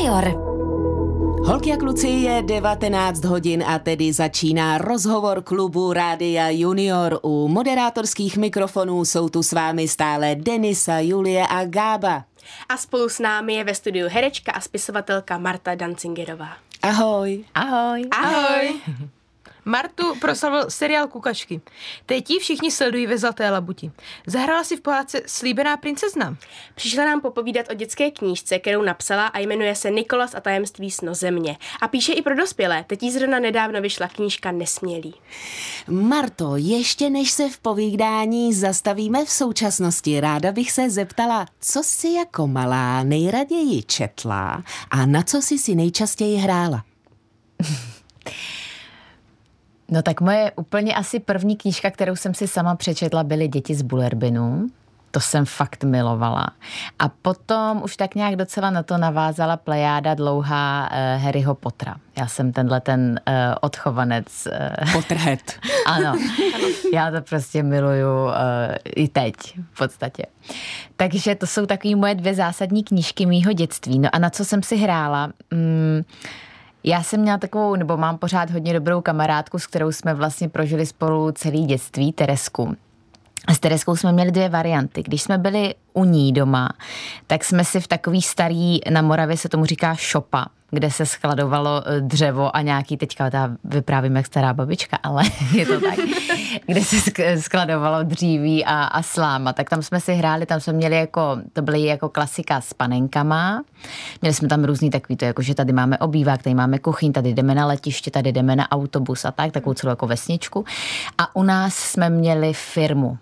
Junior. Holky a kluci, je 19 hodin a tedy začíná rozhovor klubu Rádia Junior. U moderátorských mikrofonů jsou tu s vámi stále Denisa, Julie a Gába. A spolu s námi je ve studiu herečka a spisovatelka Marta Dancingerová. Ahoj. Ahoj. Ahoj. Martu proslavil seriál Kukačky. Teď ji všichni sledují ve Zlaté labuti. Zahrála si v pohádce Slíbená princezna. Přišla nám popovídat o dětské knížce, kterou napsala a jmenuje se Nikolas a tajemství Snozemě. A píše i pro dospělé. Teď jí zrovna nedávno vyšla knížka Nesmělý. Marto, ještě než se v povídání zastavíme v současnosti, ráda bych se zeptala, co jsi jako malá nejraději četla a na co jsi si nejčastěji hrála? No tak moje úplně asi první knížka, kterou jsem si sama přečetla, byly Děti z Bullerbinu. To jsem fakt milovala. A potom už tak nějak docela na to navázala plejáda dlouhá Harryho Pottera. Já jsem ten odchovanec. Potterhead. Ano, já to prostě miluju i teď v podstatě. Takže to jsou takový moje dvě zásadní knížky mýho dětství. No a na co jsem si hrála? Já jsem měla takovou, nebo mám pořád hodně dobrou kamarádku, s kterou jsme vlastně prožili spolu celý dětství, Teresku. A s Tereskou jsme měli dvě varianty. Když jsme byli u ní doma, tak jsme si v takový starý, na Moravě se tomu říká šopa, kde se skladovalo dřevo a nějaký, teďka vyprávím jak stará babička, ale je to tak, kde se skladovalo dříví a sláma. Tak tam jsme si hráli, tam jsme měli jako, to byly jako klasika s panenkama. Měli jsme tam různý takový to, jako že tady máme obývák, tady máme kuchyň, tady jdeme na letiště, tady jdeme na autobus a tak, takovou celou jako vesničku. A u nás jsme měli firmu.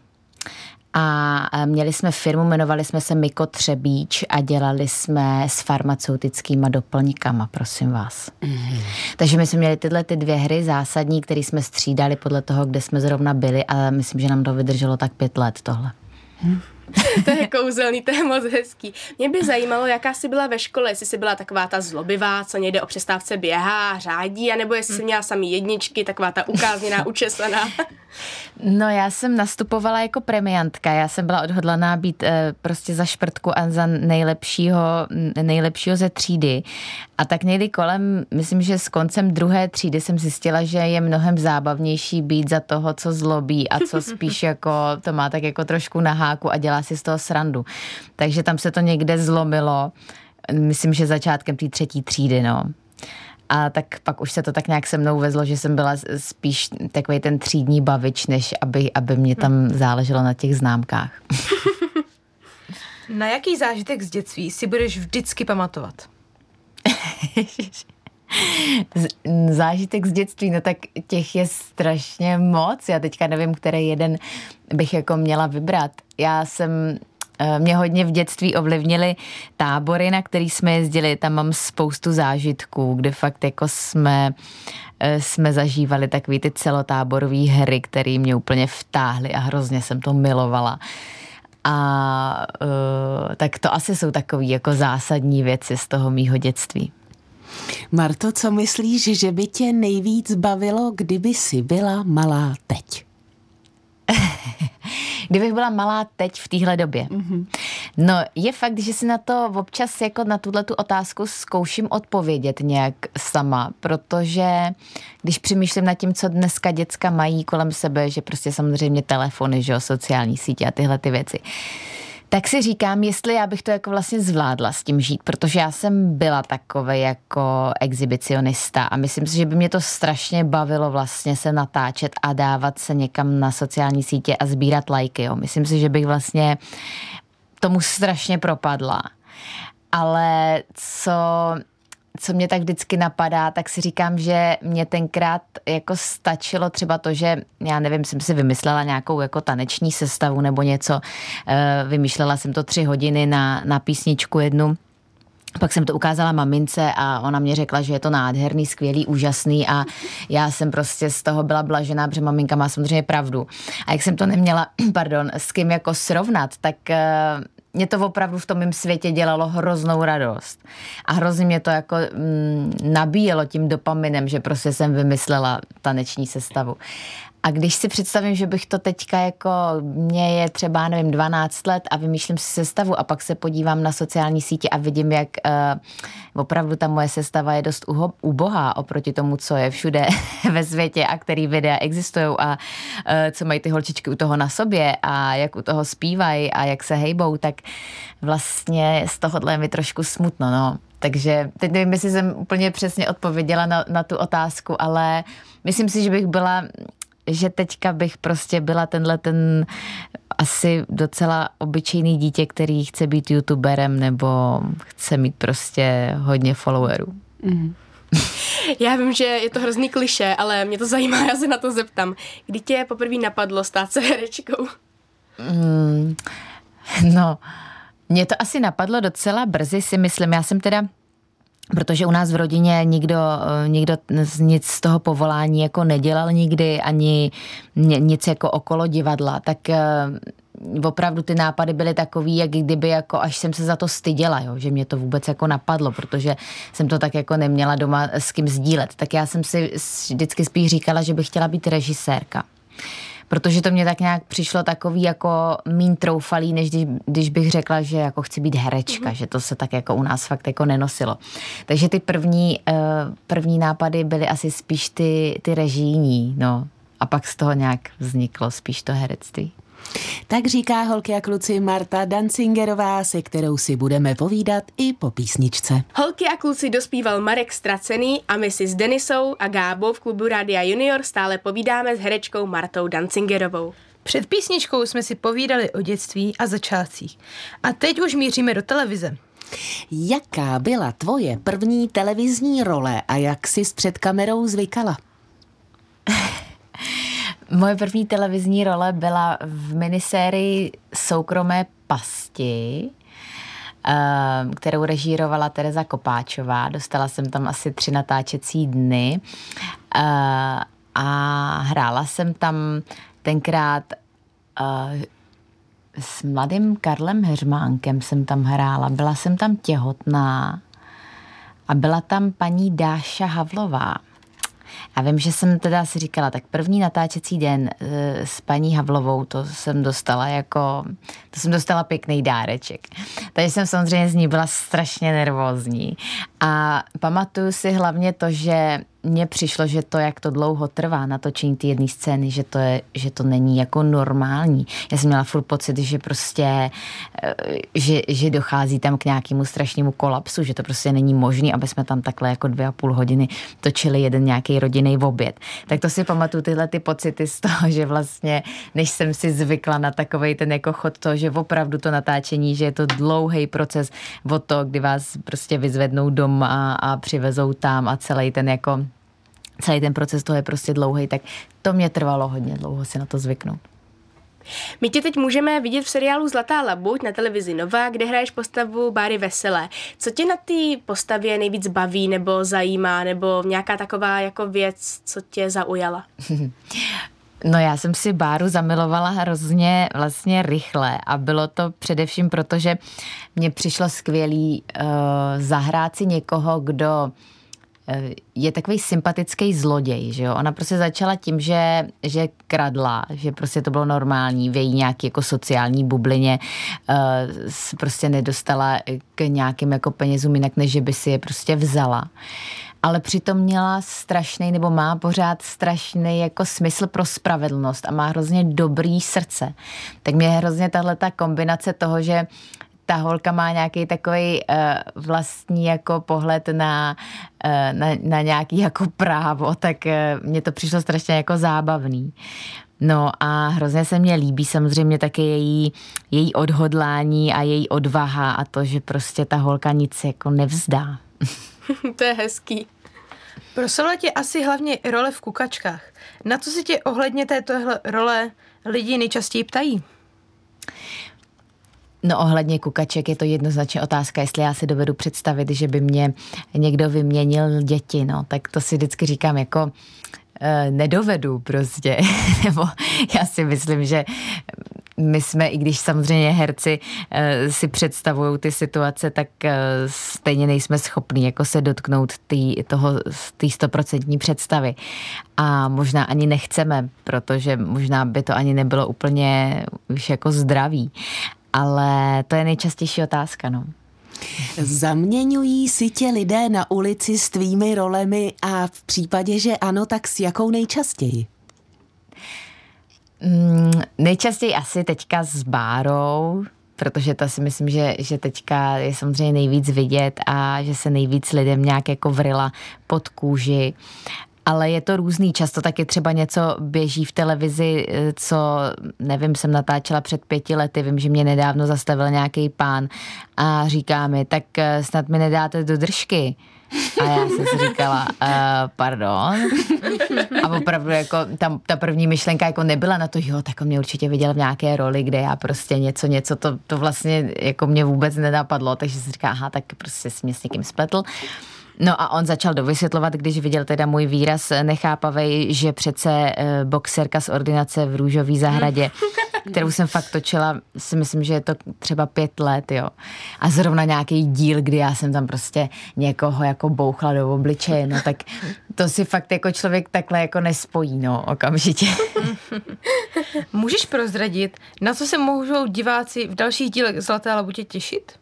A měli jsme firmu, jmenovali jsme se Miko Třebíč a dělali jsme s farmaceutickýma doplňkama, prosím vás. Takže my jsme měli tyhle ty dvě hry zásadní, které jsme střídali podle toho, kde jsme zrovna byli a myslím, že nám to vydrželo tak 5 let tohle. To je kouzelný, to je moc hezký. Mě by zajímalo, jaká jsi byla ve škole, jestli jsi byla taková ta zlobivá, co někde o přestávce běhá, řádí, anebo jestli jsi měla samý jedničky, taková ta ukázněná, učesaná. No já jsem nastupovala jako premiantka, já jsem byla odhodlaná být prostě za šprtku a za nejlepšího ze třídy. A tak někdy kolem, myslím, že s koncem 2. třídy jsem zjistila, že je mnohem zábavnější být za toho, co zlobí a co spíš jako to má tak jako trošku na háku a dělá si z toho srandu. Takže tam se to někde zlomilo, myslím, že začátkem té 3. třídy, no. A tak pak už se to tak nějak se mnou vezlo, že jsem byla spíš takový ten třídní bavič, než aby mě tam záleželo na těch známkách. Na jaký zážitek z dětství si budeš vždycky pamatovat? Zážitek z dětství, no tak těch je strašně moc. Já teďka nevím, který jeden bych jako měla vybrat. Mě hodně v dětství ovlivnily tábory, na který jsme jezdili. Tam mám spoustu zážitků, kde fakt jako jsme zažívali takový ty celotáborové hry, které mě úplně vtáhly a hrozně jsem to milovala. A tak to asi jsou takový jako zásadní věci z toho mýho dětství. Marto, co myslíš, že by tě nejvíc bavilo, kdyby jsi byla malá teď? Kdybych byla malá teď v téhle době. Mm-hmm. No je fakt, že si na to občas jako na tuhletu otázku zkouším odpovědět nějak sama, protože když přemýšlím nad tím, co dneska děcka mají kolem sebe, že prostě samozřejmě telefony, že jo, sociální sítě a tyhle ty věci, tak si říkám, jestli já bych to jako vlastně zvládla s tím žít, protože já jsem byla takovej jako exhibicionista a myslím si, že by mě to strašně bavilo vlastně se natáčet a dávat se někam na sociální sítě a sbírat lajky, jo. Myslím si, že bych vlastně tomu strašně propadla. Ale co mě tak vždycky napadá, tak si říkám, že mě tenkrát jako stačilo třeba to, že já nevím, jsem si vymyslela nějakou jako taneční sestavu nebo něco. Vymýšlela jsem to 3 hodiny na písničku jednu. Pak jsem to ukázala mamince a ona mě řekla, že je to nádherný, skvělý, úžasný a já jsem prostě z toho byla blažená, protože maminka má samozřejmě pravdu. A jak jsem to neměla, s kým jako srovnat, tak mě to opravdu v tom mém světě dělalo hroznou radost. A hrozně mě to jako nabíjelo tím dopaminem, že prostě jsem vymyslela taneční sestavu. A když si představím, že bych to teďka jako, mě je třeba, nevím, 12 let a vymýšlím si sestavu a pak se podívám na sociální sítě a vidím, jak opravdu ta moje sestava je dost ubohá oproti tomu, co je všude ve světě a který videa existují a co mají ty holčičky u toho na sobě a jak u toho zpívají a jak se hejbou, tak vlastně z tohohle je mi trošku smutno, no. Takže teď nevím, jestli jsem úplně přesně odpověděla na tu otázku, ale myslím si, že teďka bych prostě byla ten asi docela obyčejný dítě, který chce být youtuberem nebo chce mít prostě hodně followerů. Mm. Já vím, že je to hrozný klišé, ale mě to zajímá, já se na to zeptám. Kdy tě poprvé napadlo stát se herečkou? No, mě to asi napadlo docela brzy, si myslím. Já jsem teda, protože u nás v rodině nikdo nic z toho povolání jako nedělal nikdy, ani nic jako okolo divadla, tak opravdu ty nápady byly takový, jak kdyby jako až jsem se za to styděla, jo, že mě to vůbec jako napadlo, protože jsem to tak jako neměla doma s kým sdílet. Tak já jsem si vždycky spíš říkala, že bych chtěla být režisérka. Protože to mě tak nějak přišlo takový jako míň troufalý, než když bych řekla, že jako chci být herečka, že to se tak jako u nás fakt jako nenosilo. Takže ty první nápady byly asi spíš ty režijní, no. A pak z toho nějak vzniklo spíš to herectví. Tak říká Holky a kluci Marta Dancingerová, se kterou si budeme povídat i po písničce. Holky a kluci dospíval Marek Stracený a my si s Denisou a Gábou v klubu Rádia Junior stále povídáme s herečkou Martou Dancingerovou. Před písničkou jsme si povídali o dětství a začátcích. A teď už míříme do televize. Jaká byla tvoje první televizní role a jak jsi před kamerou zvykala? Moje první televizní role byla v minisérii Soukromé pasti, kterou režírovala Tereza Kopáčová. Dostala jsem tam asi 3 natáčecí dny a hrála jsem tam tenkrát s mladým Karlem Heřmánkem jsem tam hrála. Byla jsem tam těhotná a byla tam paní Dáša Havlová. A vím, že jsem teda si říkala, tak první natáčecí den s paní Havlovou, to jsem dostala pěkný dáreček. Takže jsem samozřejmě z ní byla strašně nervózní. A pamatuju si hlavně to, že mně přišlo, že to, jak to dlouho trvá natočení ty jedné scény, že to není jako normální. Já jsem měla furt pocit, že prostě, že dochází tam k nějakému strašnému kolapsu, že to prostě není možné, aby jsme tam takhle jako 2,5 hodiny točili jeden nějaký rodinný oběd. Tak to si pamatuju tyhle ty pocity z toho, že vlastně, než jsem si zvykla na takovej ten jako chod toho, že opravdu to natáčení, že je to dlouhý proces od toho, kdy vás prostě vyzvednou doma a přivezou tam a celý ten proces toho je prostě dlouhý, tak to mě trvalo hodně dlouho si na to zvyknout. My tě teď můžeme vidět v seriálu Zlatá labuť na televizi Nova, kde hraješ postavu Báry Veselé. Co tě na té postavě nejvíc baví nebo zajímá, nebo nějaká taková jako věc, co tě zaujala? No já jsem si Báru zamilovala hrozně vlastně rychle a bylo to především proto, že mně přišlo skvělý zahrát si někoho, kdo je takový sympatický zloděj, že jo. Ona prostě začala tím, že kradla, že prostě to bylo normální, v její nějaký jako sociální bublině prostě nedostala k nějakým jako penězům jinak, než že by si je prostě vzala. Ale přitom měla strašný, nebo má pořád strašný jako smysl pro spravedlnost a má hrozně dobrý srdce. Tak mě hrozně tahleta kombinace toho, že ta holka má nějaký takový vlastní jako pohled na nějaký jako právo, tak mně to přišlo strašně jako zábavný. No a hrozně se mně líbí samozřejmě taky její odhodlání a její odvaha a to, že prostě ta holka nic jako nevzdá. To je hezký. Proslavila tě asi hlavně role v Kukačkách. Na co se tě ohledně této role lidi nejčastěji ptají? No ohledně Kukaček je to jednoznačně otázka, jestli já si dovedu představit, že by mě někdo vyměnil děti, no, tak to si vždycky říkám jako nedovedu prostě, nebo já si myslím, že my jsme, i když samozřejmě herci si představují ty situace, tak stejně nejsme schopní jako se dotknout té 100% představy. A možná ani nechceme, protože možná by to ani nebylo úplně už jako zdravý. Ale to je nejčastější otázka, no. Zaměňují si tě lidé na ulici s tvými rolemi a v případě, že ano, tak s jakou nejčastěji? Nejčastěji asi teďka s Bárou, protože to si myslím, že teďka je samozřejmě nejvíc vidět a že se nejvíc lidem nějak jako vryla pod kůži. Ale je to různý, často taky třeba něco běží v televizi, co, nevím, jsem natáčela před 5 lety, vím, že mě nedávno zastavil nějaký pán a říká mi, tak snad mi nedáte do držky. A já jsem si říkala, pardon. A opravdu jako ta první myšlenka jako nebyla na to, jo, tak on mě určitě viděl v nějaké roli, kde já prostě něco, to vlastně jako mě vůbec nenapadlo, takže si říká, aha, tak prostě jsi mě s někým spletl. No a on začal dovysvětlovat, když viděl teda můj výraz nechápavej, že přece boxerka z ordinace v Růžové zahradě, kterou jsem fakt točila, si myslím, že je to třeba 5 let, jo. A zrovna nějaký díl, kdy já jsem tam prostě někoho jako bouchla do obličeje, no tak to si fakt jako člověk takhle jako nespojí, no, okamžitě. Můžeš prozradit, na co se můžou diváci v dalších dílech Zlaté labutě těšit?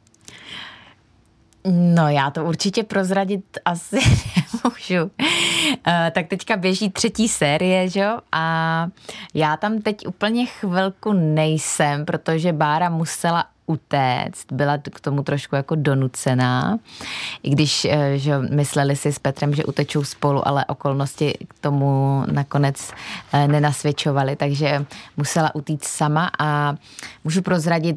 No, já to určitě prozradit asi nemůžu. Tak teďka běží 3. série, že jo? A já tam teď úplně chvilku nejsem, protože Bára musela utéct, byla k tomu trošku jako donucená, i když že mysleli si s Petrem, že utečou spolu, ale okolnosti k tomu nakonec nenasvědčovaly, takže musela utíct sama a můžu prozradit,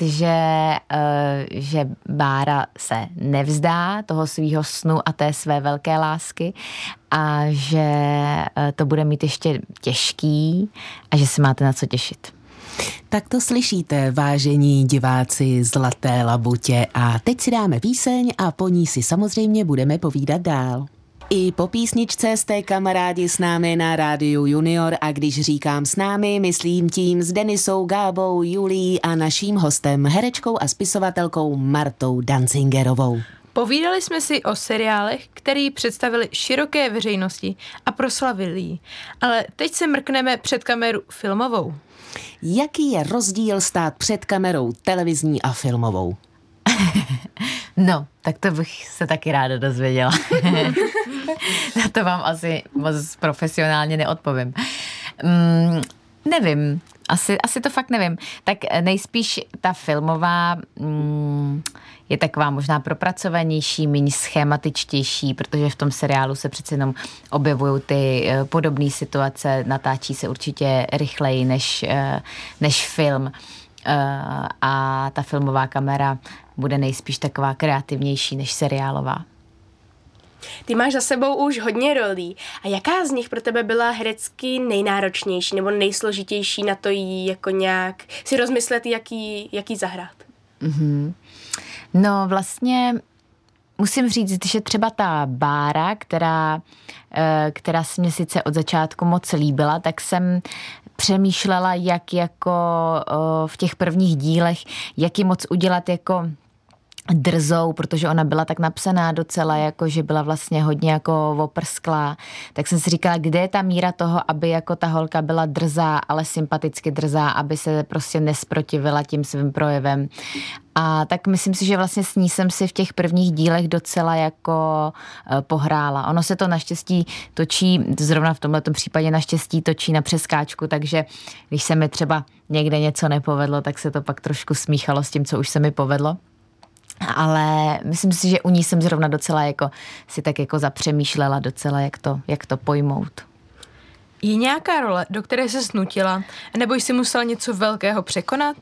že Bára se nevzdá toho svýho snu a té své velké lásky a že to bude mít ještě těžký a že se máte na co těšit. Tak to slyšíte, vážení diváci Zlaté labutě, a teď si dáme píseň a po ní si samozřejmě budeme povídat dál. I po písničce jste kamarádi s námi na Rádiu Junior a když říkám s námi, myslím tím s Denisou, Gábou, Julií a naším hostem, herečkou a spisovatelkou Martou Danzingerovou. Povídali jsme si o seriálech, který představili široké veřejnosti a proslavili ji, ale teď se mrkneme před kameru filmovou. Jaký je rozdíl stát před kamerou televizní a filmovou? No, tak to bych se taky ráda dozvěděla. Na to vám asi moc profesionálně neodpovím. Nevím, asi to fakt nevím. Tak nejspíš ta filmová je taková možná propracovanější, méně schematičtější, protože v tom seriálu se přece jenom objevují ty podobné situace, natáčí se určitě rychleji než film. A ta filmová kamera bude nejspíš taková kreativnější než seriálová. Ty máš za sebou už hodně rolí. A jaká z nich pro tebe byla herecky nejnáročnější nebo nejsložitější na to jí jako nějak si rozmyslet, jaký zahrát? Mm-hmm. No vlastně musím říct, že třeba ta Bára, která se mě sice od začátku moc líbila, tak jsem přemýšlela, jak jako v těch prvních dílech, jak ji moc udělat jako drzou, protože ona byla tak napsaná docela, jako že byla vlastně hodně jako oprsklá. Tak jsem si říkala, kde je ta míra toho, aby jako ta holka byla drzá, ale sympaticky drzá, aby se prostě nesprotivila tím svým projevem. A tak myslím si, že vlastně s ní jsem si v těch prvních dílech docela jako pohrála. Ono se to naštěstí točí, zrovna v tomhletom případě naštěstí točí na přeskáčku, takže když se mi třeba někde něco nepovedlo, tak se to pak trošku smíchalo s tím, co už se mi povedlo. Ale myslím si, že u ní jsem zrovna docela jako si tak jako zapřemýšlela docela, jak to pojmout. Je nějaká role, do které se snutila, nebo jsi musela něco velkého překonat?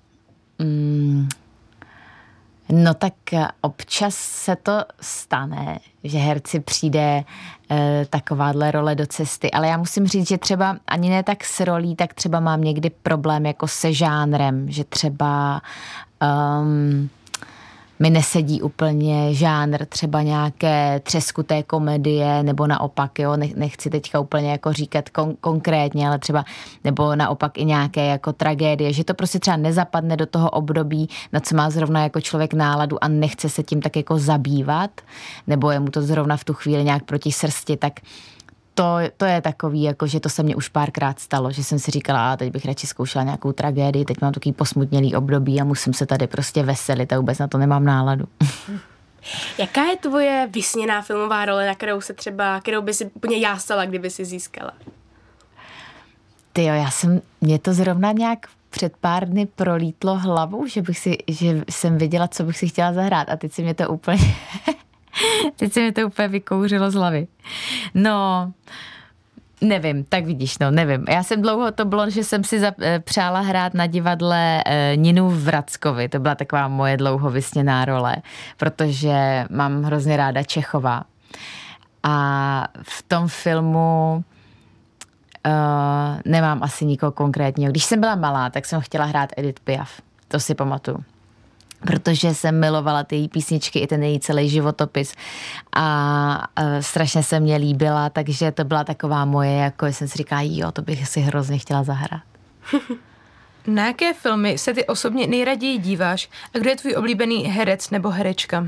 No tak občas se to stane, že herci přijde takováhle role do cesty, ale já musím říct, že třeba ani ne tak s rolí, tak třeba mám někdy problém jako se žánrem, že třeba mi nesedí úplně žánr třeba nějaké třeskuté komedie, nebo naopak, jo, nechci teďka úplně jako říkat konkrétně, ale třeba, nebo naopak i nějaké jako tragédie, že to prostě třeba nezapadne do toho období, na co má zrovna jako člověk náladu a nechce se tím tak jako zabývat, nebo je mu to zrovna v tu chvíli nějak proti srsti, tak to je takový, jako, že to se mně už párkrát stalo, že jsem si říkala, teď bych radši zkoušela nějakou tragédii, teď mám takový posmutnělý období a musím se tady prostě veselit a vůbec na to nemám náladu. Jaká je tvoje vysněná filmová role, na kterou by si úplně jásala, kdyby si získala? Tyjo, mě to zrovna nějak před pár dny prolítlo hlavou, že jsem věděla, co bych si chtěla zahrát a teď si mě to úplně... Teď se mi to úplně vykouřilo z hlavy. No, nevím, tak vidíš, nevím. Já jsem dlouho to bylo, že jsem si přála hrát na divadle Ninu Vrackovi. To byla taková moje dlouho vysněná role, protože mám hrozně ráda Čechova. A v tom filmu nemám asi nikoho konkrétního. Když jsem byla malá, tak jsem chtěla hrát Edith Piaf. To si pamatuju. Protože jsem milovala ty její písničky i ten její celý životopis a strašně se mě líbila, takže to byla taková moje, jako jsem si říkala, jo, to bych si hrozně chtěla zahrát. Na jaké filmy se ty osobně nejraději díváš a kdo je tvůj oblíbený herec nebo herečka?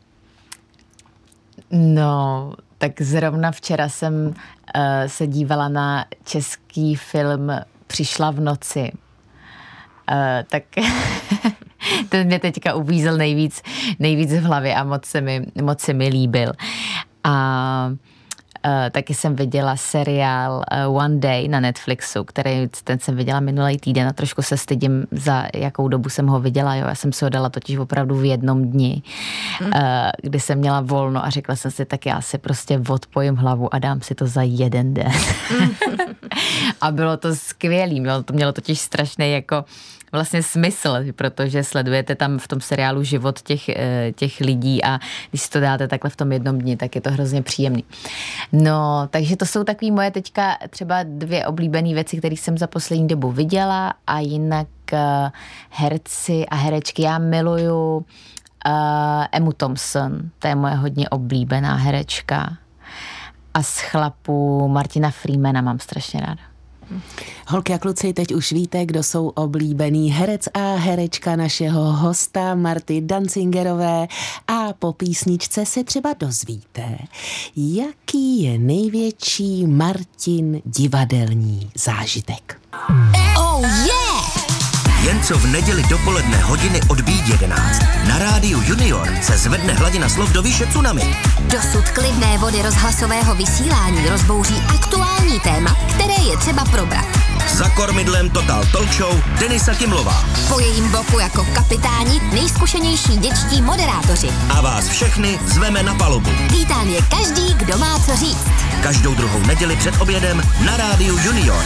No, tak zrovna včera jsem se dívala na český film Přišla v noci. Tak ten mě teďka uvízl nejvíc v hlavě a moc se mi líbil. A taky jsem viděla seriál One Day na Netflixu, ten jsem viděla minulý týden a trošku se stydím, za jakou dobu jsem ho viděla. Jo. Já jsem si ho dala totiž opravdu v jednom dni, kdy jsem měla volno a řekla jsem si, tak já si prostě odpojím hlavu a dám si to za jeden den. A bylo to skvělý, mělo totiž strašný jako vlastně smysl, protože sledujete tam v tom seriálu život těch lidí a když si to dáte takhle v tom jednom dni, tak je to hrozně příjemný. No, takže to jsou takový moje teďka třeba 2 oblíbené věci, které jsem za poslední dobu viděla a jinak herci a herečky. Já miluju Emmu Thompson, to je moje hodně oblíbená herečka a z chlapů Martina Freemana mám strašně ráda. Holky a kluci, teď už víte, kdo jsou oblíbený herec a herečka našeho hosta Marty Dancingerové a po písničce se třeba dozvíte, jaký je největší Martin divadelní zážitek. Oh yeah! Jen co v neděli dopoledne hodiny odbíjí 11. Na rádiu Junior se zvedne hladina slov do výše tsunami. Dosud klidné vody rozhlasového vysílání rozbouří aktuální téma, které je třeba probrat. Za kormidlem Total Talk Show Denisa Kimlová. Po jejím boku jako kapitáni nejzkušenější dětští moderátoři. A vás všechny zveme na palubu. Vítán je každý, kdo má co říct. Každou druhou neděli před obědem na rádiu Junior.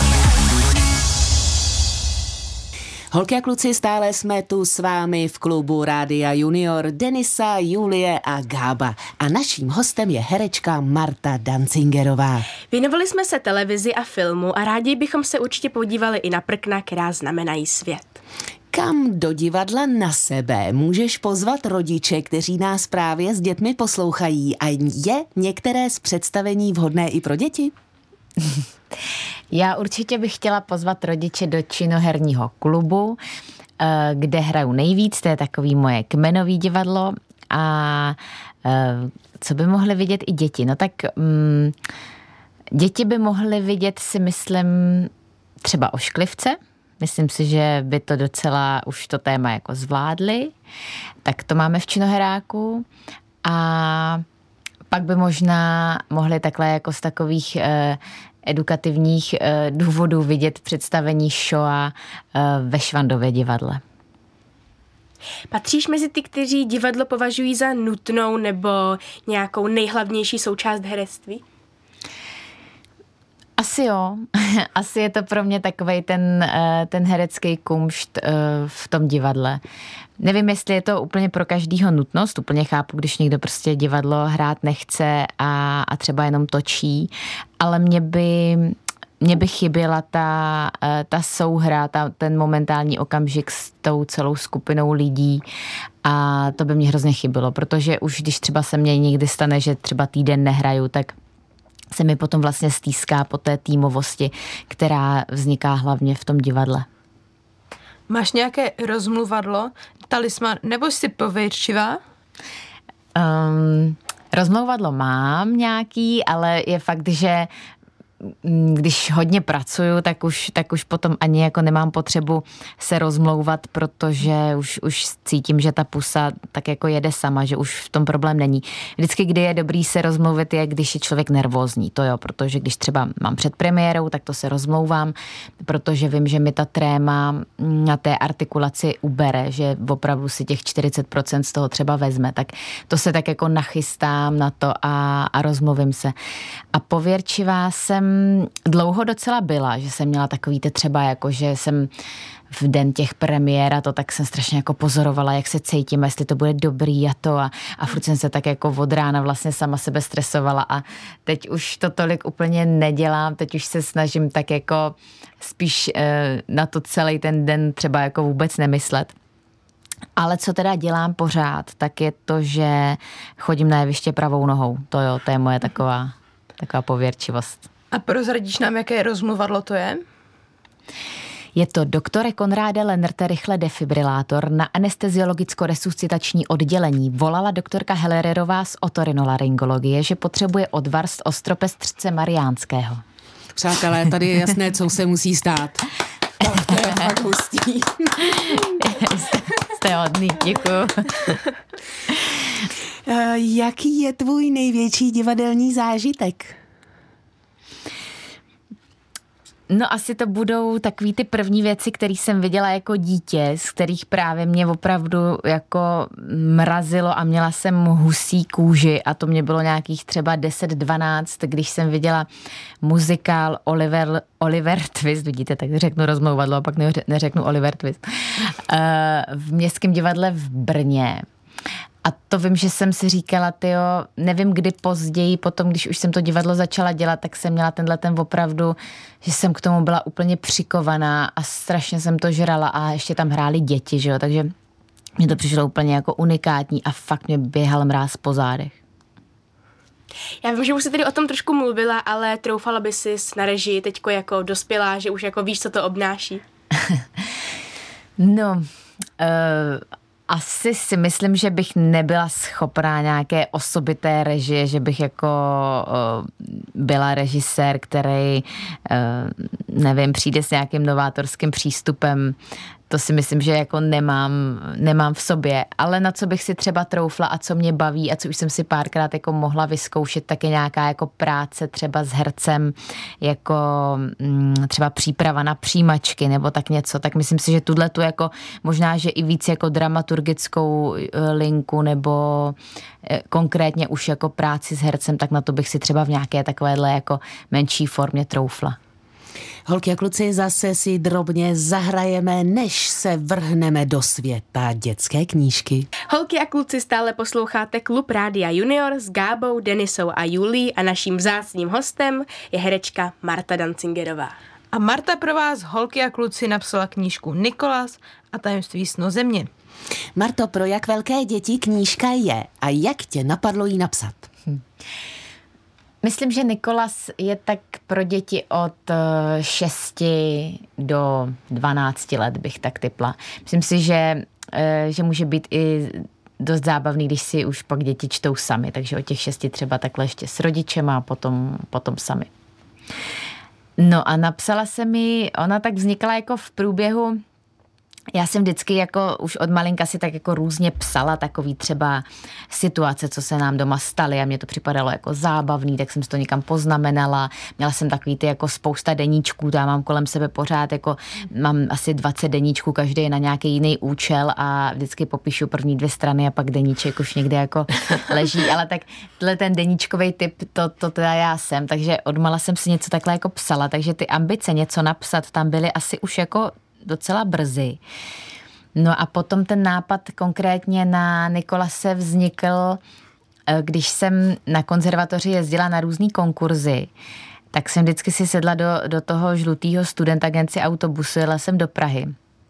Holky a kluci, stále jsme tu s vámi v klubu Rádia Junior Denisa, Julie a Gába. A naším hostem je herečka Marta Dancingerová. Věnovali jsme se televizi a filmu a rádi bychom se určitě podívali i na prkna, která znamenají svět. Kam do divadla na sebe můžeš pozvat rodiče, kteří nás právě s dětmi poslouchají a je některé z představení vhodné i pro děti? Já určitě bych chtěla pozvat rodiče do činoherního klubu, kde hraju nejvíc, to je takový moje kmenový divadlo a co by mohly vidět i děti? No tak děti by mohly vidět, si myslím, třeba Ošklivce. Myslím si, že by to docela už to téma jako zvládli. Tak to máme v činoheráku a pak by možná mohli takhle jako z takových edukativních důvodů vidět představení Shoah ve Švandově divadle. Patříš mezi ty, kteří divadlo považují za nutnou nebo nějakou nejhlavnější součást herectví? Asi jo. Asi je to pro mě takovej ten herecký kumšt v tom divadle. Nevím, jestli je to úplně pro každýho nutnost, úplně chápu, když někdo prostě divadlo hrát nechce a třeba jenom točí, ale mě by Mně by chyběla ta souhra, ten momentální okamžik s tou celou skupinou lidí a to by mě hrozně chybilo, protože už když třeba se mně někdy stane, že třeba týden nehraju, tak se mi potom vlastně stýská po té týmovosti, která vzniká hlavně v tom divadle. Máš nějaké rozmluvadlo, talisman, nebo jsi pověrčivá? Rozmluvadlo mám nějaký, ale je fakt, že když hodně pracuju, tak už potom ani jako nemám potřebu se rozmlouvat, protože už cítím, že ta pusa tak jako jede sama, že už v tom problém není. Vždycky, kdy je dobrý se rozmluvit, je, když je člověk nervózní, to jo, protože když třeba mám před premiérou, tak to se rozmlouvám, protože vím, že mi ta tréma na té artikulaci ubere, že opravdu si těch 40% z toho třeba vezme, tak to se tak jako nachystám na to a rozmluvím se. A pověrčivá jsem dlouho docela byla, že jsem měla takový třeba jako, že jsem v den těch premiér a to tak jsem strašně jako pozorovala, jak se cítím, jestli to bude dobrý a to a furt jsem se tak jako od rána vlastně sama sebe stresovala a teď už to tolik úplně nedělám, teď už se snažím tak jako spíš na to celý ten den třeba jako vůbec nemyslet. Ale co teda dělám pořád, tak je to, že chodím na jeviště pravou nohou. To jo, to je moje taková pověrčivost. A prozradíš nám, jaké rozmluvadlo to je? Je to doktore Konráde Lennerte rychle defibrilátor na anesteziologicko-resuscitační oddělení. Volala doktorka Hellererová z otorinolaryngologie, že potřebuje odvar z ostropestřce Mariánského. Přátelé, tady je jasné, co se musí stát. Tak to je fakt hustý. Jste hodný, děkuju. Jaký je tvůj největší divadelní zážitek? No asi to budou takový ty první věci, které jsem viděla jako dítě, z kterých právě mě opravdu jako mrazilo a měla jsem husí kůži a to mě bylo nějakých třeba 10-12, když jsem viděla muzikál Oliver Twist, vidíte, tak řeknu rozmlouvadlo a pak neřeknu Oliver Twist, v Městském divadle v Brně. A to vím, že jsem si říkala, nevím kdy později, potom, když už jsem to divadlo začala dělat, tak jsem měla ten opravdu, že jsem k tomu byla úplně přikovaná a strašně jsem to žrala a ještě tam hráli děti, že jo, takže mně to přišlo úplně jako unikátní a fakt mě běhal mráz po zádech. Já vím, že už jsi tedy o tom trošku mluvila, ale troufala by si na režii teďko jako dospělá, že už jako víš, co to obnáší? Asi si myslím, že bych nebyla schopná nějaké osobité režie, že bych jako byla režisér, který, nevím, přijde s nějakým novátorským přístupem. To si myslím, že jako nemám v sobě, ale na co bych si třeba troufla a co mě baví a co už jsem si párkrát jako mohla vyzkoušet, tak je nějaká jako práce třeba s hercem, jako třeba příprava na přijímačky nebo tak něco, tak myslím si, že tu jako možná, že i víc jako dramaturgickou linku nebo konkrétně už jako práci s hercem, tak na to bych si třeba v nějaké takovéhle jako menší formě troufla. Holky a kluci, zase si drobně zahrajeme, než se vrhneme do světa dětské knížky. Holky a kluci, stále posloucháte Klub Rádia Junior s Gábou, Denisou a Julí a naším vzácným hostem je herečka Marta Dancingerová. A Marta pro vás, holky a kluci, napsala knížku Nikolas a tajemství snozemě. Marto, pro jak velké děti knížka je a jak tě napadlo jí napsat? Myslím, že Nikolas je tak pro děti od 6 do 12 let, bych tak tipla. Myslím si, že může být i dost zábavný, když si už pak děti čtou sami, takže od těch 6 třeba takhle ještě s rodičem a potom sami. No a napsala se mi, ona tak vznikla jako v průběhu. Já jsem vždycky jako už od malinka si tak jako různě psala takový třeba situace, co se nám doma staly a mně to připadalo jako zábavný, tak jsem si to někam poznamenala. Měla jsem takový ty jako spousta deníčků, já mám kolem sebe pořád jako mám asi 20 deníčků, každý na nějaký jiný účel a vždycky popíšu první 2 strany a pak deníček už někde jako leží, ale tak ten deníčkový typ, to teda já jsem, takže odmala jsem si něco takhle jako psala, takže ty ambice něco napsat tam byly asi už jako docela brzy. No a potom ten nápad konkrétně na Nikolase vznikl, když jsem na konzervatoři jezdila na různý konkurzy, tak jsem vždycky si sedla do toho žlutého Studentagency autobusu, jela jsem do Prahy.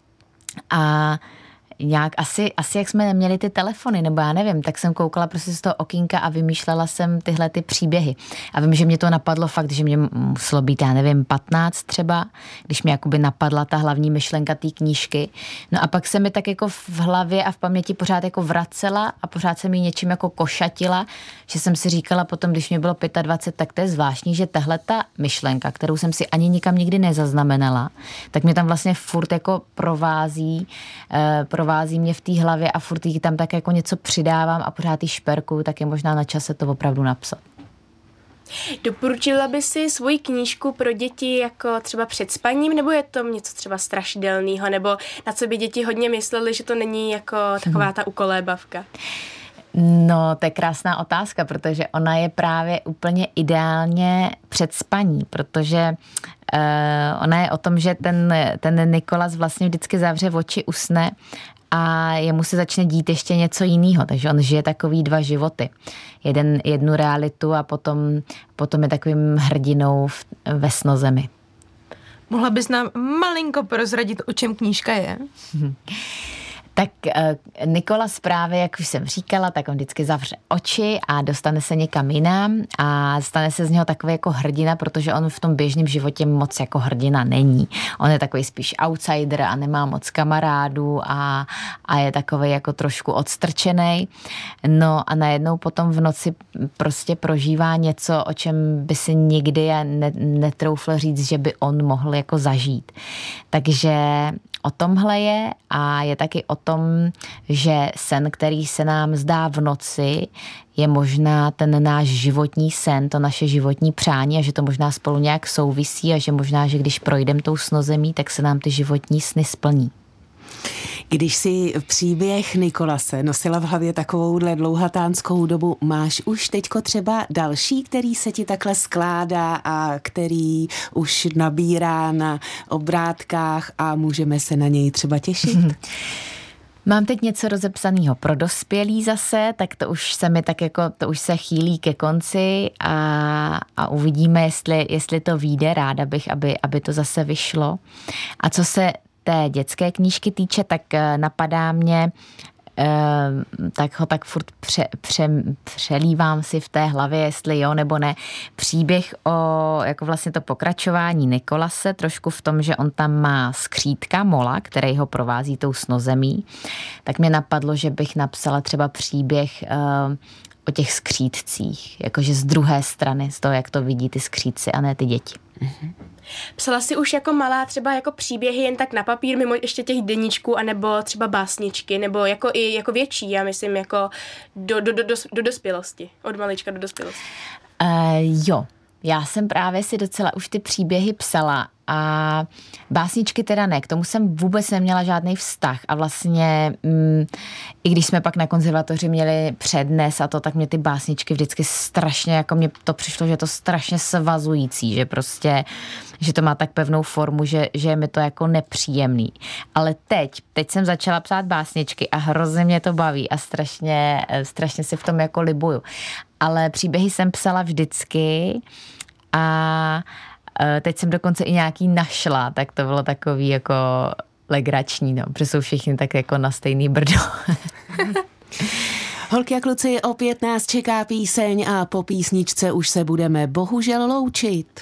A nějak asi jak jsme neměli ty telefony, nebo já nevím, tak jsem koukala prostě z toho okýnka a vymýšlela jsem tyhle ty příběhy. A vím, že mě to napadlo fakt, že mě muselo být, já nevím, 15 třeba, když mě jakoby napadla ta hlavní myšlenka té knížky. No a pak se mi tak jako v hlavě a v paměti pořád jako vracela a pořád se mi něčím jako košatila, že jsem si říkala potom, když mě bylo 25, tak to je zvláštní, že tahle ta myšlenka, kterou jsem si ani nikam nikdy nezaznamenala, tak mě tam vlastně furt jako provází mě v té hlavě a furt jí tam tak jako něco přidávám a pořád jí šperkuju, tak je možná na čase to opravdu napsat. Doporučila by si svoji knížku pro děti jako třeba před spaním, nebo je to něco třeba strašidelného, nebo na co by děti hodně mysleli, že to není jako taková ta ukolébavka? No, to je krásná otázka, protože ona je právě úplně ideálně před spaní, protože ona je o tom, že ten Nikolas vlastně vždycky zavře oči, usne a jemu se začne dít ještě něco jiného, takže on žije takový 2 životy. Jednu realitu a potom je takovým hrdinou ve snozemi. Mohla bys nám malinko prozradit, o čem knížka je? Tak Nikolas právě, jak už jsem říkala, tak on vždycky zavře oči a dostane se někam jinam a stane se z něho takový jako hrdina, protože on v tom běžném životě moc jako hrdina není. On je takový spíš outsider a nemá moc kamarádů a je takový jako trošku odstrčenej. No a najednou potom v noci prostě prožívá něco, o čem by si nikdy netroufl říct, že by on mohl jako zažít. Takže o tomhle je a je taky o tom, že sen, který se nám zdá v noci, je možná ten náš životní sen, to naše životní přání a že to možná spolu nějak souvisí a že možná, že když projdeme tou snozemí, tak se nám ty životní sny splní. Když si příběh Nikolase nosila v hlavě takovouhle dlouhatánskou dobu, máš už teďko třeba další, který se ti takhle skládá a který už nabírá na obrátkách a můžeme se na něj třeba těšit? Mám teď něco rozepsaného pro dospělí zase, tak to už se mi tak jako, to už se chýlí ke konci a uvidíme, jestli to vyjde. Ráda bych, aby to zase vyšlo. A co se té dětské knížky týče, tak napadá mě, tak ho tak furt přelívám si v té hlavě, jestli jo nebo ne, příběh o jako vlastně to pokračování Nikolase, trošku v tom, že on tam má skřítka Mola, který ho provází tou snozemí, tak mě napadlo, že bych napsala třeba příběh o těch skřítcích, jakože z druhé strany, z toho, jak to vidí ty skřítci a ne ty děti. Mhm. Psala jsi už jako malá třeba jako příběhy jen tak na papír, mimo ještě těch deníčků, anebo třeba básničky, nebo jako i jako větší, já myslím jako do dospělosti, od malička do dospělosti? Jo, já jsem právě si docela už ty příběhy psala a básničky teda ne, k tomu jsem vůbec neměla žádný vztah a vlastně i když jsme pak na konzervatoři měli přednes a to, tak mě ty básničky vždycky strašně, jako mně to přišlo, že je to strašně svazující, že prostě, že to má tak pevnou formu, že je mi to jako nepříjemný. Ale teď jsem začala psát básničky a hrozně mě to baví a strašně si v tom jako libuju. Ale příběhy jsem psala vždycky a teď jsem dokonce i nějaký našla, tak to bylo takový jako legrační, no, protože jsou všichni tak jako na stejný brdo. Holky a kluci, opět nás čeká píseň a po písničce už se budeme bohužel loučit.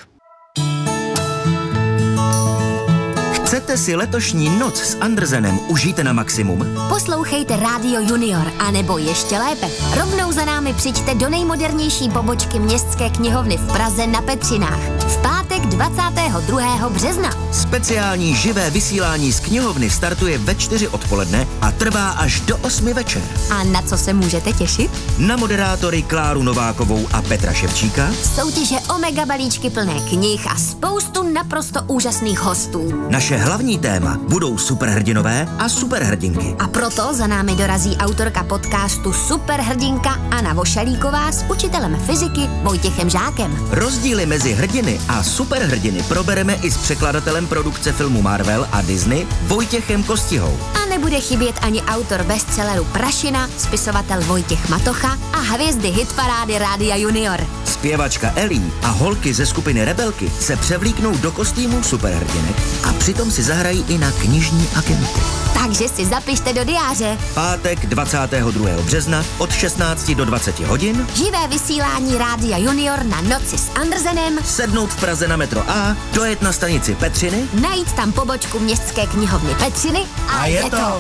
Chcete si letošní noc s Andersenem užít na maximum? Poslouchejte Rádio Junior, anebo ještě lépe, rovnou za námi přijďte do nejmodernější pobočky Městské knihovny v Praze na Petřinách. V pátek 22. března. Speciální živé vysílání z knihovny startuje ve 4 odpoledne a trvá až do 8 večer. A na co se můžete těšit? Na moderátory Kláru Novákovou a Petra Ševčíka, Soutěže o mega balíčky plné knih a spoustu naprosto úžasných hostů. naše hlavní téma budou superhrdinové a superhrdinky. A proto za námi dorazí autorka podcastu Superhrdinka Anna Vošalíková s učitelem fyziky Vojtěchem Žákem. Rozdíly mezi hrdiny a superhrdiny probereme i s překladatelem produkce filmu Marvel a Disney Vojtěchem Kostihou. A nebude chybět ani autor bestselleru Prašina, spisovatel Vojtěch Matocha a hvězdy hitparády Rádia Junior. zpěvačka Ellie a holky ze skupiny Rebelky se převlíknou do kostýmů superhrdinek a přitom si zahrají i na knižní agenty. Takže si zapište do diáře. Pátek 22. března od 16 do 20 hodin. Živé vysílání Rádia Junior na Noci s Andersenem. Sednout v Praze na metro A, dojet na stanici Petřiny. Najít tam pobočku Městské knihovny Petřiny a je to.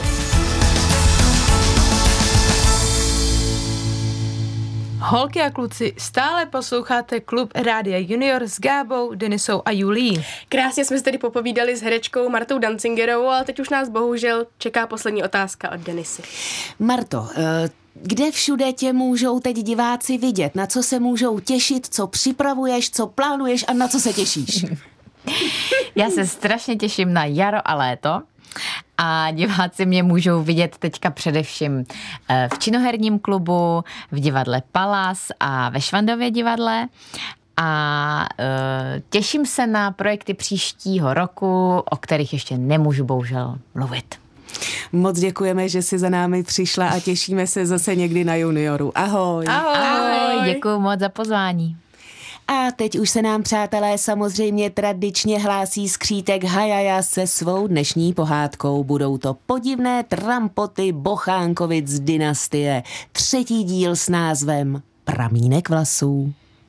Holky a kluci, stále posloucháte klub Rádia Junior s Gábou, Denisou a Julií. Krásně jsme se tedy popovídali s herečkou Martou Dancingerovou, ale teď už nás bohužel čeká poslední otázka od Denisy. Marto, kde všude tě můžou teď diváci vidět? Na co se můžou těšit? Co připravuješ? Co plánuješ? A na co se těšíš? Já se strašně těším na jaro a léto. A diváci mě můžou vidět teďka především v činoherním klubu, v divadle Palas a ve Švandově divadle. A těším se na projekty příštího roku, o kterých ještě nemůžu bohužel mluvit. Moc děkujeme, že jsi za námi přišla a těšíme se zase někdy na Junioru. Ahoj. Ahoj, děkuju moc za pozvání. A teď už se nám, přátelé, samozřejmě tradičně hlásí skřítek Hajaja se svou dnešní pohádkou. Budou to podivné trampoty Bochánkovic z dynastie. 3. díl s názvem Pramínek vlasů.